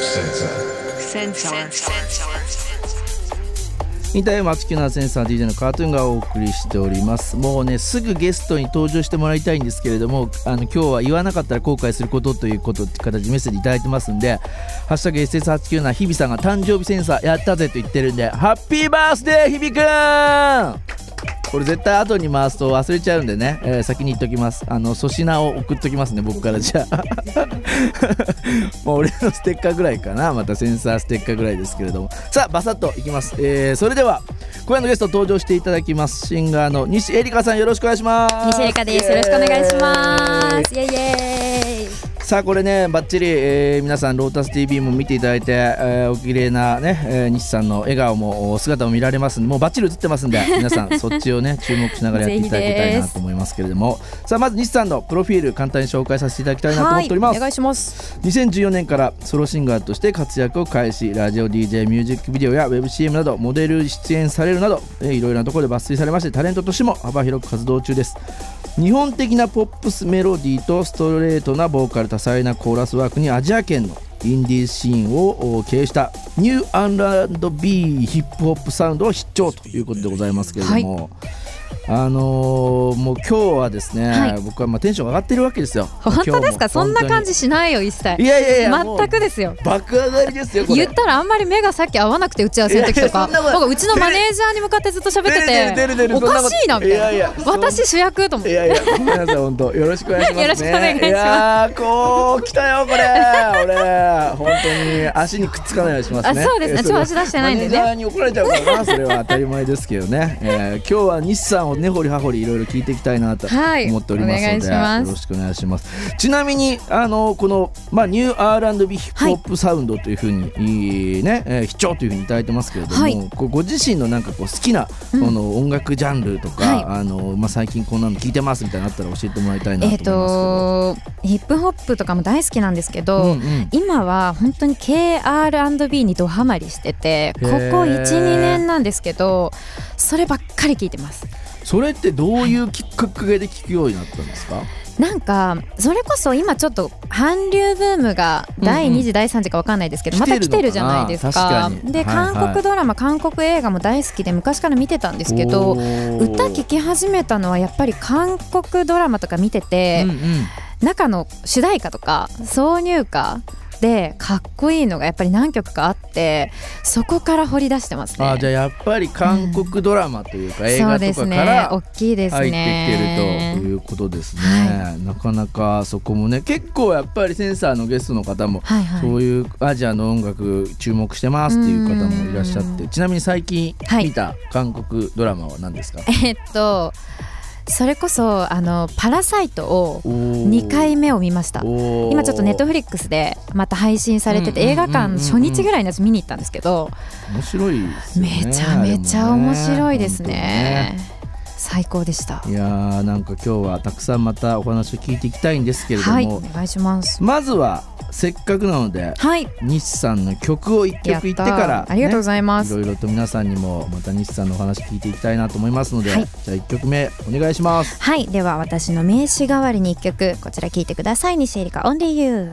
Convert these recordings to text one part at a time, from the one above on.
インターマチキュナセンサー DJ のカートゥーンがお送りしております。もうねすぐゲストに登場してもらいたいんですけれども、今日は言わなかったら後悔することということって形でメッセージいただいてますんで、ハッシュタグ SS897 日比さんが誕生日センサーやったぜと言ってるんで、ハッピーバースデー日比くん。これ絶対後に回すと忘れちゃうんでね、先に言っときます。粗品を送っときますね、僕からじゃあもう俺のステッカーぐらいかな、またセンサーステッカーぐらいですけれども、さあバサッといきます。それでは今夜のゲスト登場していただきます。シンガーの西エリカさん、よろしくお願いします。 西エリカです。よろしくお願いします。イエイイエイ。 さあこれねバッチリ、皆さんロータス TV も見ていただいて、お綺麗なね、西さんの笑顔も姿も見られますんで、もうバッチリ映ってますんで皆さんそっちをね注目しながらやっていただきたいなと思いますけれどもさあまず西さんのプロフィール簡単に紹介させていただきたいなと思っております。 お願いします。 2014年からソロシンガーとして活躍を開始、ラジオ DJ ミュージックビデオやウェブ CM などモデル出演されるなど、いろいろなところで抜粋されまして、タレントとしても幅広く活動中です。日本的なポップスメロディーとストレートなボーカル、多彩なコーラスワークにアジア圏のインディーシーンを経営したニューR&B ヒップホップサウンドを必聴ということでございますけれども、もう今日はですね、僕はテンション上がってるわけですよ。 本当ですか？そんな感じしないよ一切。 いやいやいや全くですよ。 爆上がりですよこれ。 言ったらあんまり目がさっき合わなくて、打ち合わせの時とか僕うちのマネージャーに向かってずっと喋ってて、おかしいなみたいな。私主役と思って。 いやいやごめんなさい本当よろしくお願いしますね。 よろしくお願いします。いやこう来たよこれ俺本当に足にくっつかないようにしますね。 そうですね、超足出してないんでね。 マネージャーに怒られちゃうからな、それは当たり前ですけどね。今日は西さんを根掘り葉掘りいろいろ聞いていきたいなと思っておりますので、よろしくお願いします。ちなみにこの、ニュー R&B ヒップホップサウンドというふうに、必聴というふうにいただいてますけれども、ご自身のなんかこう好きな、この音楽ジャンルとか、最近こんなの聞いてますみたいなのあったら教えてもらいたいなと思いますけど。 ヒップホップとかも大好きなんですけど、今は本当に KR&B にドハマりしてて、ここ 1,2 年なんですけどそればっかり聞いてます。 それってどういうきっかけで聞くようになったんですか？ なんかそれこそ今ちょっと韓流ブームが第2次第3次か分かんないですけど、また来てるじゃないですか。で、韓国ドラマ、韓国映画も大好きで昔から見てたんですけど、歌聴き始めたのはやっぱり韓国ドラマとか見てて、中の主題歌とか挿入歌でかっこいいのがやっぱり何曲かあって、そこから掘り出してますね。 じゃあやっぱり韓国ドラマというか、映画とかから大きいですね、 入ってきてるということですね。なかなかそこもね、結構やっぱりセンサーのゲストの方も、そういうアジアの音楽注目してますっていう方もいらっしゃって、ちなみに最近見た韓国ドラマは何ですか？ それこそパラサイトを2回目を見ました。今ちょっとネットフリックスでまた配信されてて、映画館初日ぐらいのやつ見に行ったんですけど、 面白いですよね。 めちゃめちゃ面白いですね。最高でした。 いやー、なんか今日はたくさんまたお話を聞いていきたいんですけれども、 お願いします。 まずはせっかくなので、西さんの曲を1曲言ってから、 ありがとうございます。 いろいろと皆さんにもまた西さんのお話聞いていきたいなと思いますので、じゃあ1曲目お願いします。 では私の名詞代わりに1曲こちら聴いてください。西エリカ Only You。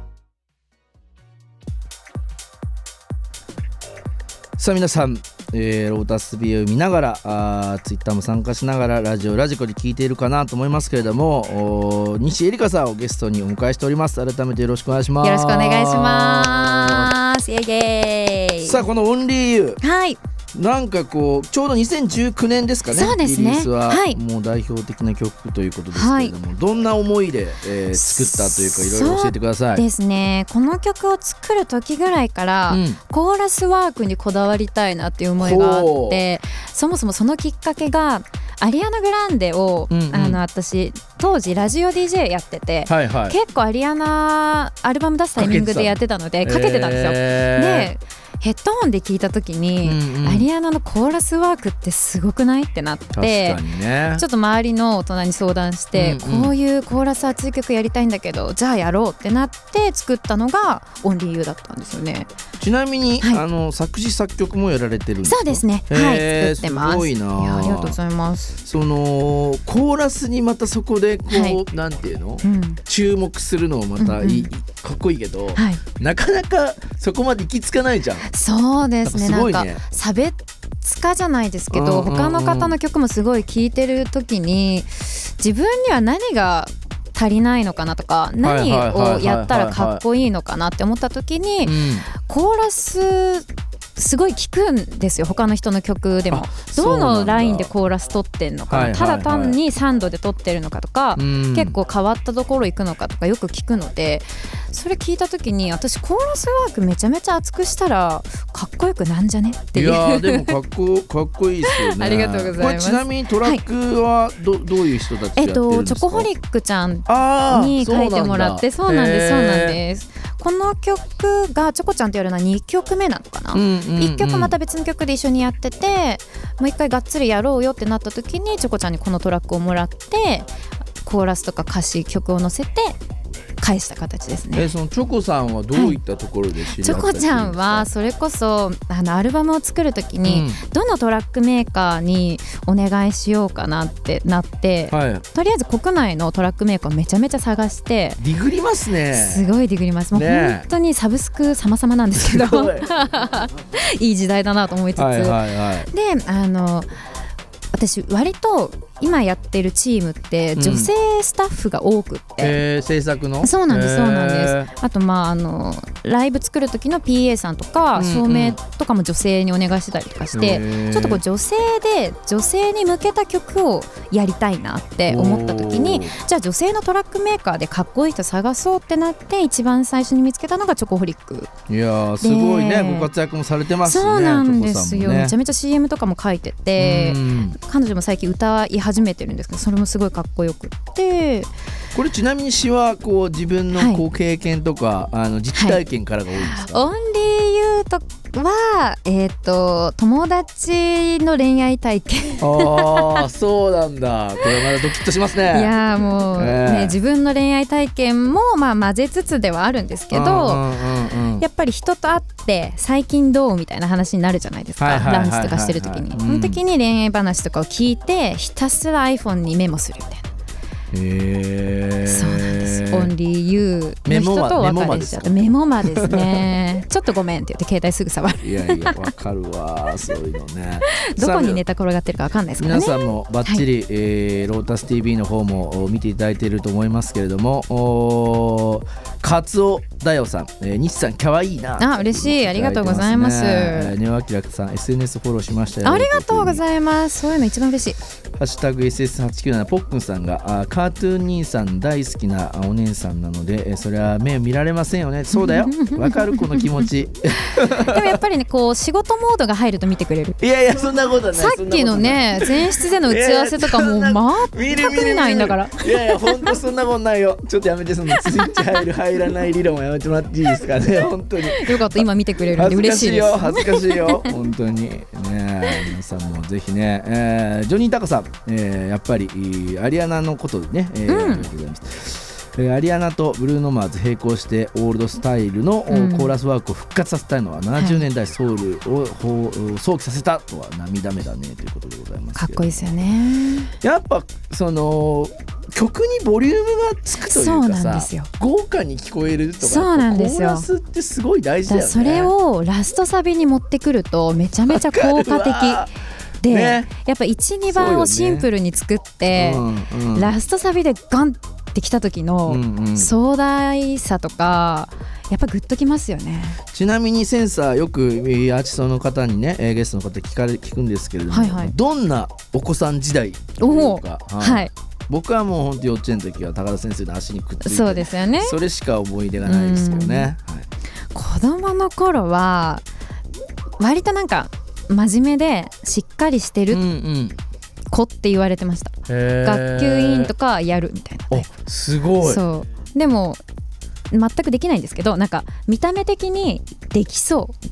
さあ皆さん、ロータス B を見ながらツイッターも参加しながらラジオラジコで聞いているかなと思いますけれども、西エリカさんをゲストにお迎えしております。改めてよろしくお願いします。 よろしくお願いします。イエイイエイ。 さあこの Only You、なんかこうちょうど2019年ですかね。 そうですね、 リリースはもう代表的な曲ということですけれども、どんな思いで、作ったというか、いろいろ教えてください。 そうですね、この曲を作る時ぐらいから、コーラスワークにこだわりたいなっていう思いがあって、そもそもそのきっかけがアリアナ・グランデを、私当時ラジオ DJ やってて、結構アリアナアルバム出すタイミングでやってたのでかけてたんですよ。でヘッドホンで聞いた時に、アリアナのコーラスワークってすごくないってなって、ちょっと周りの大人に相談して、こういうコーラス熱い曲やりたいんだけど、じゃあやろうってなって作ったのが Only You だったんですよね。 ちなみに、作詞作曲もやられてるんですか？ そうですね、はい、作ってます。 すごいな。 いや、ありがとうございます。 コーラスにまたそこでなんていうの、注目するのもまたかっこいいけど、なかなかそこまで行き着かないじゃん。 そうですね、なんか差別化じゃないですけど、他の方の曲もすごい聴いてる時に自分には何が足りないのかなとか、何をやったらかっこいいのかなって思った時に、コーラスすごい聞くんですよ。他の人の曲でもどのラインでコーラス取ってんのかな、ただ単に3度で取ってるのかとか、結構変わったところ行くのかとかよく聞くので、それ聞いた時に私コーラスワークめちゃめちゃ熱くしたらかっこよくなんじゃねっていう。 いやでもかっこいいですよね。 ありがとうございます。 これちなみにトラックはどういう人たちがやってるんですか？ チョコホリックちゃんに書いてもらって。そうなんです。この曲がチョコちゃんとやるのは2曲目なのかな、1曲また別の曲で一緒にやってて、もう一回がっつりやろうよってなった時にチョコちゃんにこのトラックをもらってコーラスとか歌詞曲を載せて返した形ですね。 そのチョコさんはどういったところで知り合ったりするんですか？ チョコちゃんはそれこそアルバムを作る時に、どのトラックメーカーにお願いしようかなってなって、とりあえず国内のトラックメーカーをめちゃめちゃ探して。 ディグりますね。 すごいディグります。もう本当にサブスク様々なんですけどいい時代だなと思いつつ、で私割と今やってるチームって女性スタッフが多くって、 制作の。 そうなんですあとライブ作る時の PA さんとか照明とかも女性にお願いしてたりとかして、ちょっと女性で女性に向けた曲をやりたいなって思った時に、じゃあ女性のトラックメーカーでかっこいい人探そうってなって一番最初に見つけたのがチョコホリック。 いやすごいね、ご活躍もされてますしね。 そうなんですよ、めちゃめちゃ CM とかも書いてて、彼女も最近歌い始めてるんですけど、それもすごいかっこよくって。 これちなみに詩は自分の経験とか、実体験からが多いですか？ オンリーユーとは、友達の恋愛体験そうなんだ。これまだドキッとしますね。 いやもう、自分の恋愛体験も混ぜつつではあるんですけど、やっぱり人と会って最近どうみたいな話になるじゃないですか、ランチとかしてる時に。その時に恋愛話とかを聞いてひたすら iPhone にメモするみたいな。そうなんですオンリーユーの人とお別れしちゃったメモマですねちょっとごめんって言って携帯すぐ触る。 いやわかるわそういうのねどこにネタ転がってるか分かんないですからね。 皆さんもバッチリ、ロータス TV の方も見ていただいていると思いますけれども、カツオだよさん、西さんかわいいな。 嬉しい、ありがとうございます。 ネオアキラさん SNS フォローしましたよ。 ありがとうございます。そういうの一番嬉しい。 ハッシュタグ SS897 ポックンさんがカートゥーン兄さん大好きなお姉さんなので、それは目を見られませんよね。そうだよわかるこの気持ちでもやっぱりね仕事モードが入ると見てくれる。 いやそんなことない。 さっきのね前室での打ち合わせとかも全く見ないんだから。 いや本当そんなことないよ。ちょっとやめて、そのスイッチ入る入らない理論はやめてもらっていいですかね。本当によかった、今見てくれるんで嬉しいです。 恥ずかしいよ本当にね。皆さんもぜひね、ジョニータカさん、やっぱりアリアナのことでね、ありがとうございます。アリアナとブルーノ・マーズ並行してオールドスタイルのコーラスワークを復活させたいのは70年代ソウルを想起させたとは涙目だねということでございます。 かっこいいですよね。 やっぱその曲にボリュームがつくというかさ、豪華に聞こえるとか、 そうなんですよ。 コーラスってすごい大事だよね。 それをラストサビに持ってくるとめちゃめちゃ効果的で、やっぱ 1,2 番をシンプルに作って、ラストサビでガンってきた時の壮大さとかやっぱグッときますよね。 ちなみにセンサーよくアーティストの方にね、ゲストの方聞くんですけれども、どんなお子さん時代というか、僕はもう本当幼稚園の時は高田先生の足にくっついて、 そうですよね、 それしか思い出がないですけどね。 子供の頃は割となんか真面目でしっかりしてる子って言われてました。学級委員とかやるみたいな、 すごい。 そうでも全くできないんですけど、なんか見た目的にできそうみたいな。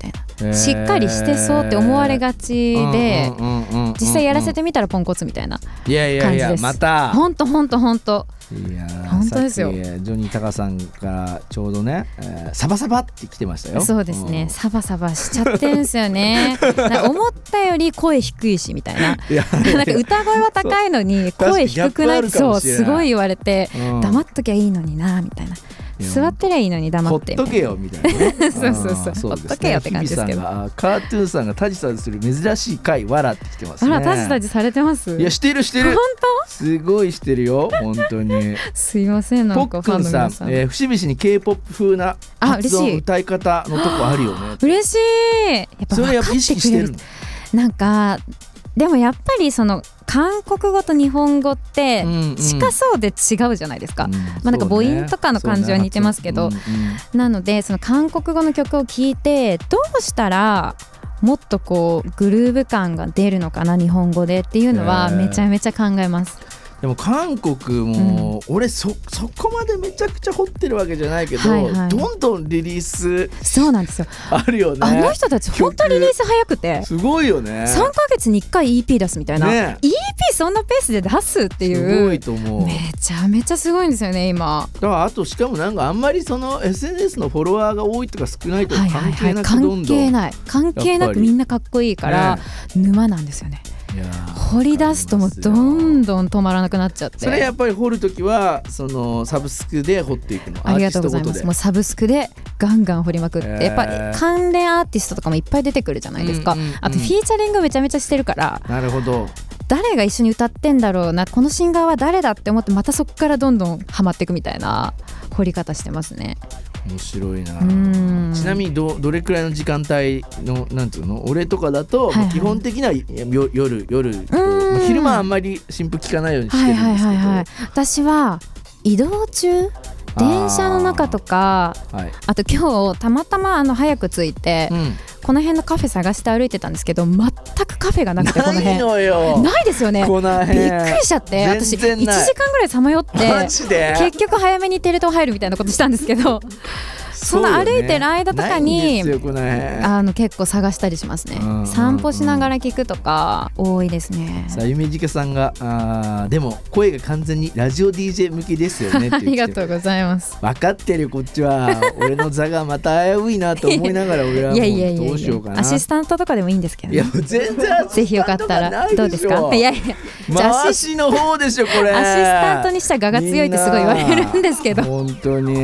しっかりしてそうって思われがちで、実際やらせてみたらポンコツみたいな感じです。 また本当本当いや本当ですよ。 ジョニー・タカさんからちょうどね、サバサバって来てましたよ。 そうですね、サバサバしちゃってんすよね。思ったより声低いしみたいな、なんか歌声は高いのに声低くないってそうすごい言われて、黙っときゃいいのになみたいな、座ってりゃいいのに黙ってほっとけよみたいな、ね、 そうほっとけよって感じですけど、 カートゥーンさんがタジタジする珍しい回笑ってきてますね。 タジタジされてます？ いやしてる本当すごいしてるよ本当に。 すいません、なんかファンの皆さん、 節々に K-POP 風な発音歌い方のとこあるよね。 嬉しい。やっぱ分かってくれる。それやっぱ意識してる。なんかでもやっぱりその韓国語と日本語って近そうで違うじゃないですか、なんか母音とかの感じは似てますけど、なのでその韓国語の曲を聴いてどうしたらもっとこうグルーヴ感が出るのかな日本語でっていうのはめちゃめちゃ考えます。 でも韓国も俺そこまでめちゃくちゃ掘ってるわけじゃないけど、どんどんリリースそうなんですよあるよね。 あの人たち本当リリース早くてすごいよね。 3ヶ月に1回 EP 出すみたいな、EP そんなペースで出すっていうすごいと思う。 めちゃめちゃすごいんですよね今。 だからあとしかもなんかあんまりその SNS のフォロワーが多いとか少ないとか関係なくどんどん関係なくみんなかっこいいから沼なんですよね。掘り出すともうどんどん止まらなくなっちゃって、 それやっぱり掘るときはそのサブスクで掘っていくの。 ありがとうございます。もうサブスクでガンガン掘りまくって、やっぱ関連アーティストとかもいっぱい出てくるじゃないですか、あとフィーチャリングめちゃめちゃしてるから。 なるほど。 誰が一緒に歌ってんだろうな、このシンガーは誰だって思ってまたそこからどんどんハマっていくみたいな掘り方してますね。 面白いな。ちなみにどれくらいの時間帯のなんていうの、俺とかだと基本的には夜昼間あんまり新譜聞かないようにしてるんですけど、 私は移動中電車の中とか あと今日たまたま早く着いて、この辺のカフェ探して歩いてたんですけど全くカフェがなくて、この辺ないですよね。びっくりしちゃって私1時間ぐらいさまよって結局早めにテレ東入るみたいなことしたんですけどその歩いてる間とかに結構探したりしますね。散歩しながら聞くとか多いですね。 さあゆめじけさんがでも声が完全にラジオ DJ 向きですよねってありがとうございます。 分かってるよこっちは。俺の座がまた危ういなと思いながら俺はもうどうしようかな。 アシスタントとかでもいいんですけど、ね、 いや全然ぜひよかったらどうですか。いやいや回しの方でしょこれ。 アシスタントにしたら我が強いってすごい言われるんですけど本当に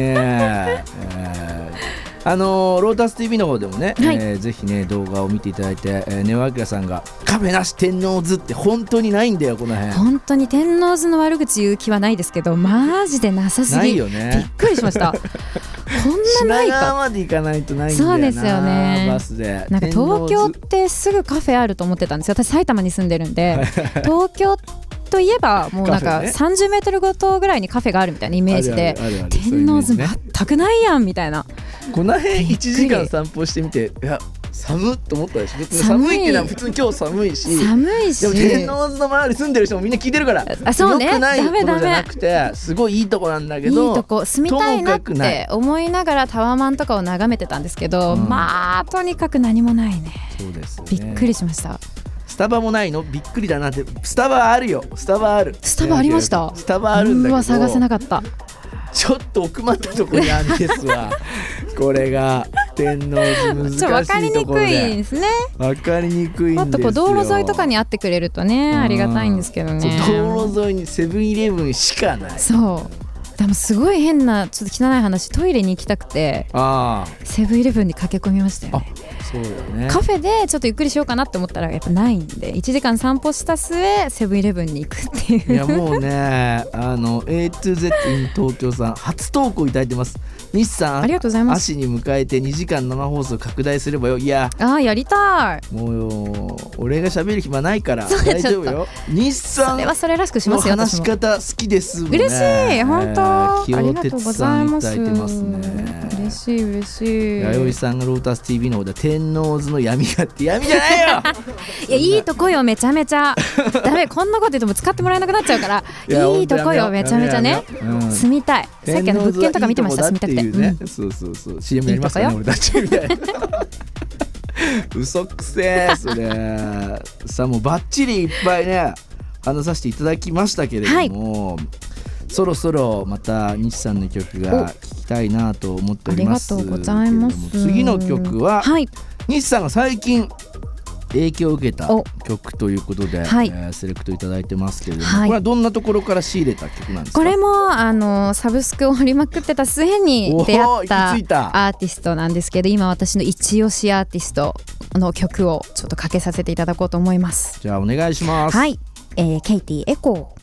ロータス TV の方でもね、ぜひね動画を見ていただいて、ネオアキラさんがカフェなし天王洲って本当にないんだよこの辺。 本当に天王洲の悪口言う気はないですけどマジでなさすぎないよね。 びっくりしましたこんなないか。 品川まで行かないとないんだよな。 そうですよね。 バスでなんか東京ってすぐカフェあると思ってたんですよ。私埼玉に住んでるんで東京といえばもうなんか30メートルごとぐらいにカフェがあるみたいなイメージで、天王洲全くないやんみたいな。 この辺1時間散歩してみて、いや寒っと思ったでしょ。別に寒いっていうのは普通に今日寒いし、 でも天王洲の周り住んでる人もみんな聞いてるから、 そうね、 良くないことじゃなくてすごいいいとこなんだけど、 いいとこ住みたいなって思いながらタワマンとかを眺めてたんですけど、まあとにかく何もないね。 そうですね。 びっくりしました。 スタバもないのびっくりだなって。スタバあるよ。スタバある。 スタバありました。 スタバあるんだけど探せなかった。 ちょっと奥まったところにあるんですわこれが天王洲難しいところで分かりにくいですね。 分かりにくいんですよ。 もっとこう道路沿いとかにあってくれるとねありがたいんですけどね。 道路沿いにセブンイレブンしかない。 そうでもすごい変なちょっと汚い話、トイレに行きたくてセブンイレブンに駆け込みましたよね。 そうだね。 カフェでちょっとゆっくりしようかなって思ったらやっぱないんで1時間散歩した末セブンイレブンに行くっていう。 いやもうねA to Z in 東京さん初投稿いただいてます。西さんありがとうございます。 足に迎えて2時間生放送拡大すればよ。いややりたい。 もう俺が喋る暇ないから大丈夫よ。西さんそれはそれらしくしますよ。 話し方好きですもんね。 嬉しい本当、 ありがとうございます。いただいてますね。 嬉しい嬉しい。 弥生さんがロータス TV の方で天王洲の闇がって闇じゃないよいやいいとこよめちゃめちゃダメこんなこと言っても使ってもらえなくなっちゃうからいいとこよめちゃめちゃね、住みたい。さっき物件とか見てました。住みたくて、 そうそうそう CM やりますかね俺たちみたいな嘘くせーそれさあもうバッチリいっぱいね話させていただきましたけれども、そろそろまた西さんの曲が聴きたいなと思っております。 ありがとうございます。 次の曲は、西さんが最近影響を受けた曲ということで、セレクトいただいてますけれども、これはどんなところから仕入れた曲なんですか？ これもサブスクを掘りまくってた末に出会ったアーティストなんですけど、今私の一押しアーティストの曲をちょっとかけさせていただこうと思います。 じゃあお願いします。 はい、ケイティエコー。